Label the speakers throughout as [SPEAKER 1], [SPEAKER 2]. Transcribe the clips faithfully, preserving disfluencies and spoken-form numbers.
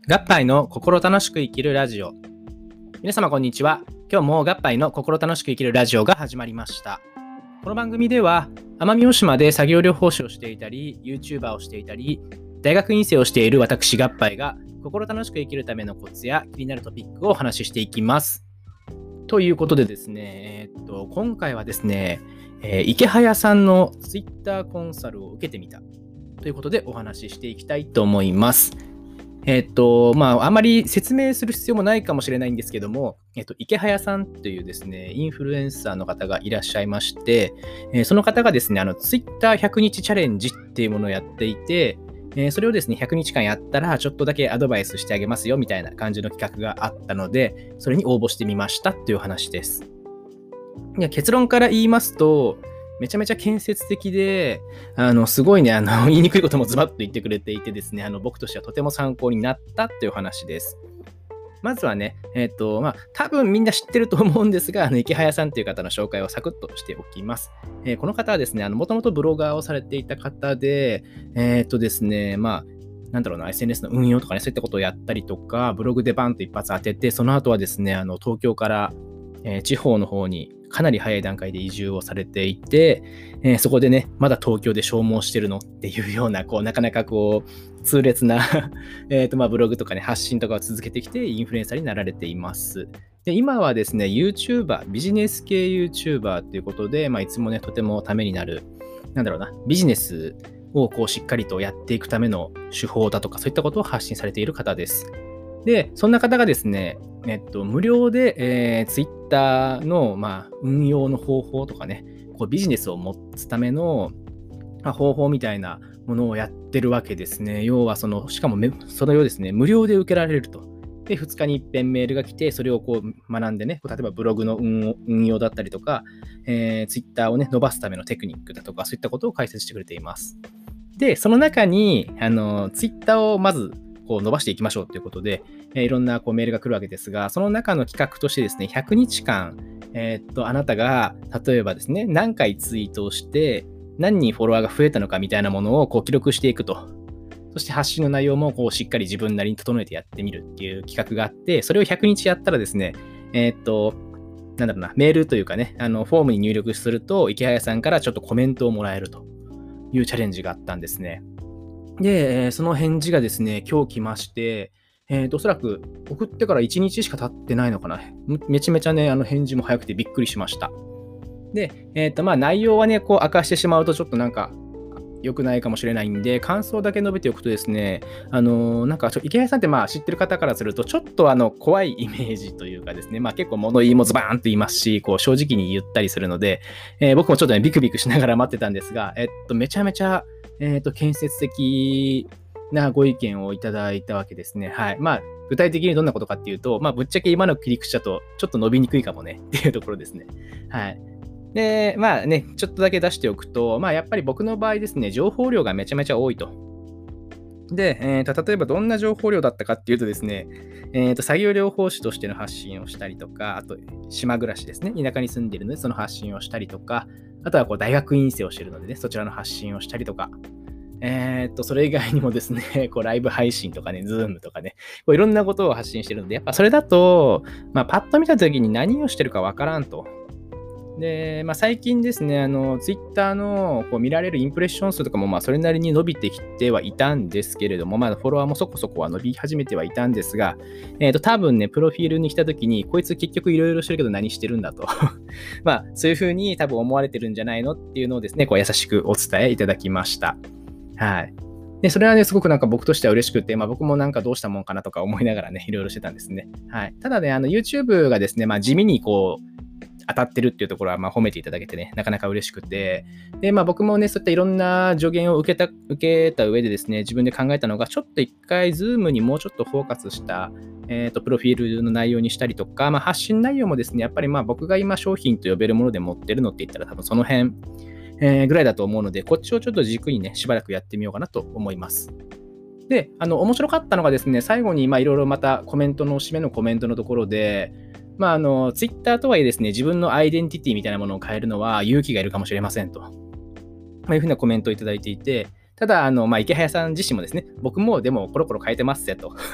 [SPEAKER 1] 合杯の心楽しく生きるラジオ。皆様こんにちは。今日も合杯の心楽しく生きるラジオが始まりました。この番組では奄美大島で作業療法士をしていたり YouTuber をしていたり大学院生をしている私合杯が心楽しく生きるためのコツや気になるトピックをお話ししていきます。ということでですね、えー、っと今回はですね、えー、池早さんの Twitter コンサルを受けてみたということでお話ししていきたいと思います。えっと、まあ、あまり説明する必要もないかもしれないんですけども、えっと、池早さんというですね、インフルエンサーの方がいらっしゃいまして、えーその方がですね、あの、ツイッターひゃくにちチャレンジっていうものをやっていて、えーそれをですね、ひゃくにちかんやったら、ちょっとだけアドバイスしてあげますよ、みたいな感じの企画があったので、それに応募してみましたという話です。いや、結論から言いますと、めちゃめちゃ建設的で、あの、すごいね、あの、言いにくいこともズバッと言ってくれていてですね、あの、僕としてはとても参考になったという話です。まずはね、えっと、まあ、多分みんな知ってると思うんですが、あの、池早さんという方の紹介をサクッとしておきます。えーこの方はですね、あの、もともとブロガーをされていた方で、えっとですね、まあ、なんだろうな、エスエヌエス の運用とかね、そういったことをやったりとか、ブログでバンと一発当てて、その後はですね、あの、東京から、えー地方の方にかなり早い段階で移住をされていて、えーそこでね、まだ東京で消耗してるのっていうような、こう、なかなかこう、痛烈なえとまあブログとかね、発信とかを続けてきて、インフルエンサーになられています。で、今はですね、YouTuber、ビジネス系 YouTuber ということで、まあ、いつもね、とてもためになる、なんだろうな、ビジネスをこうしっかりとやっていくための手法だとか、そういったことを発信されている方です。で、そんな方がですね、えっと、無料で、えー、Twitter の、まあ、運用の方法とかね、こうビジネスを持つための、まあ、方法みたいなものをやってるわけですね。要はその、しかもめそれをですね、無料で受けられると。で、ふつかに一遍メールが来て、それをこう学んでね、こう例えばブログの運用運用だったりとか、えー、Twitter をね、伸ばすためのテクニックだとか、そういったことを解説してくれています。で、その中に、あの、Twitter をまず、こう伸ばしていきましょうということで、えーいろんなこうメールが来るわけですが、その中の企画としてですね、ひゃくにちかん、えーっと、あなたが、例えばですね、何回ツイートをして、何人フォロワーが増えたのかみたいなものをこう記録していくと。そして発信の内容もこうしっかり自分なりに整えてやってみるっていう企画があって、それをひゃくにちやったらですね、えーっと、なんだろうな、メールというかね、あのフォームに入力すると、池早さんからちょっとコメントをもらえるというチャレンジがあったんですね。で、えーその返事がですね、今日来まして、えーと、おそらく送ってからいちにちしか経ってないのかな。めめちゃめちゃね、あの返事も早くてびっくりしました。で、えっと、まあ内容はね、こう明かしてしまうとちょっとなんか良くないかもしれないんで、感想だけ述べておくとですね、あのーなんかちょ池谷さんってまあ知ってる方からすると、ちょっとあの怖いイメージというかですね、まあ結構物言いもズバーンと言いますし、こう正直に言ったりするので、えー僕もちょっとね、ビクビクしながら待ってたんですが、えっと、めちゃめちゃ、えっと、建設的なご意見をいただいたわけですね。はい。まあ、具体的にどんなことかっていうと、まあ、ぶっちゃけ今の切り口だと、ちょっと伸びにくいかもねっていうところですね。はい。で、まあね、ちょっとだけ出しておくと、まあやっぱり僕の場合ですね、情報量がめちゃめちゃ多いと。で、えーと、例えばどんな情報量だったかっていうとですね、えーと、作業療法士としての発信をしたりとか、あと、島暮らしですね、田舎に住んでいるので、その発信をしたりとか、あとはこう大学院生をしているのでね、そちらの発信をしたりとか、えーと、それ以外にもですね、こうライブ配信とかね、ズームとかね、こういろんなことを発信しているので、やっぱそれだと、まあ、パッと見たときに何をしてるかわからんと。で、まあ、最近ですね、あの、ツイッターのこう見られるインプレッション数とかも、まあ、それなりに伸びてきてはいたんですけれども、まあ、フォロワーもそこそこは伸び始めてはいたんですが、えっと、多分ね、プロフィールに来たときに、こいつ結局いろいろしてるけど何してるんだと。まあ、そういうふうに多分思われてるんじゃないのっていうのをですね、こう優しくお伝えいただきました。はい。で、それはね、すごくなんか僕としては嬉しくて、まあ僕もなんかどうしたもんかなとか思いながらね、いろいろしてたんですね。はい。ただね、あの YouTube がですね、まあ地味にこう、当たってるっていうところはまあ褒めていただけてね、なかなか嬉しくて、で、まあ僕もね、そういったいろんな助言を受けた、受けた上でですね、自分で考えたのが、ちょっと一回 Zoom にもうちょっとフォーカスした、えっと、プロフィールの内容にしたりとか、まあ発信内容もですね、やっぱりまあ僕が今商品と呼べるもので持ってるのって言ったら多分その辺、えーぐらいだと思うので、こっちをちょっと軸にね、しばらくやってみようかなと思います。で、あの、面白かったのがですね、最後に、まあ、いろいろまたコメントの、締めのコメントのところで、まあ、あの、ツイッターとはいえですね、自分のアイデンティティみたいなものを変えるのは勇気がいるかもしれませんと。まあ、いうふうなコメントをいただいていて、ただ、あの、まあ、池早さん自身もですね、僕もでもコロコロ変えてますぜと。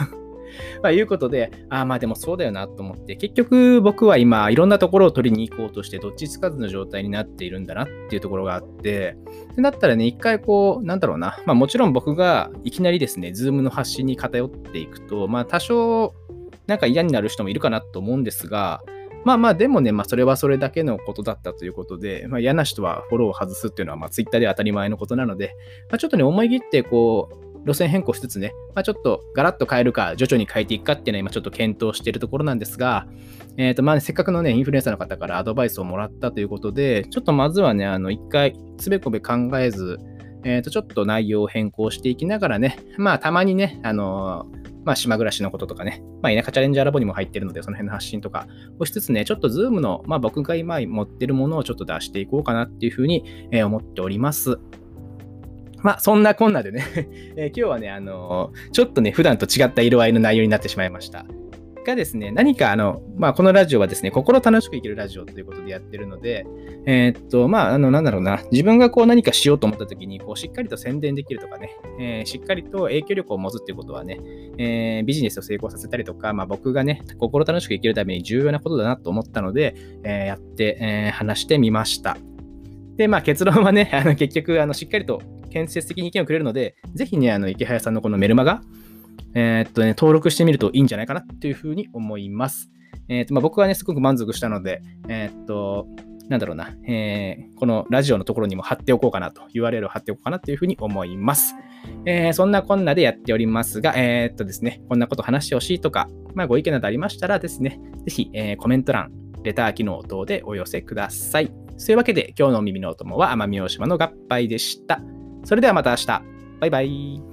[SPEAKER 1] まあいうことで、ああまあでもそうだよなと思って、結局僕は今いろんなところを取りに行こうとしてどっちつかずの状態になっているんだなっていうところがあって、でだったらね、一回こう、なんだろうな、まあもちろん僕がいきなりですね、ズームの発信に偏っていくと、まあ多少なんか嫌になる人もいるかなと思うんですが、まあまあでもね、まあそれはそれだけのことだったということで、まあ嫌な人はフォローを外すっていうのはまあツイッターでは当たり前のことなので、まあちょっとね、思い切ってこう、路線変更しつつね、まあ、ちょっとガラッと変えるか、徐々に変えていくかっていうのは今ちょっと検討しているところなんですが、えっとまあね、せっかくのね、インフルエンサーの方からアドバイスをもらったということで、ちょっとまずはね、あの一回、つべこべ考えず、えっとちょっと内容を変更していきながらね、まあたまにね、あのまあ、島暮らしのこととかね、まあ、田舎チャレンジャーラボにも入ってるので、その辺の発信とかをしつつね、ちょっとズームの、まあ、僕が今持ってるものをちょっと出していこうかなっていうふうに思っております。まあ、そんなこんなでね、えー、今日はね、あのー、ちょっとね、普段と違った色合いの内容になってしまいました。がですね、何かあの、まあ、このラジオはですね、心楽しく生きるラジオということでやってるので、えー、っと、まあ、あの、なんだろうな、自分がこう何かしようと思った時に、こう、しっかりと宣伝できるとかね、えー、しっかりと影響力を持つっていうことはね、えー、ビジネスを成功させたりとか、まあ、僕がね、心楽しく生きるために重要なことだなと思ったので、えー、やって、えー、話してみました。で、まあ、結論はね、あの結局、あのしっかりと建設的に意見をくれるので、ぜひね、あの池早さんのこのメルマガ、えー、っとね、登録してみるといいんじゃないかなというふうに思います。えー、っとまあ、僕はね、すごく満足したので、えー、っと、なんだろうな、えー、このラジオのところにも貼っておこうかなと、ユーアールエル を貼っておこうかなというふうに思います。えー、そんなこんなでやっておりますが、えー、っとですね、こんなこと話してほしいとか、まあ、ご意見などありましたらですね、ぜひ、えー、コメント欄、レター機能等でお寄せください。そういうわけで、今日のお耳のお供は奄美大島の合杯でした。それではまた明日。バイバイ。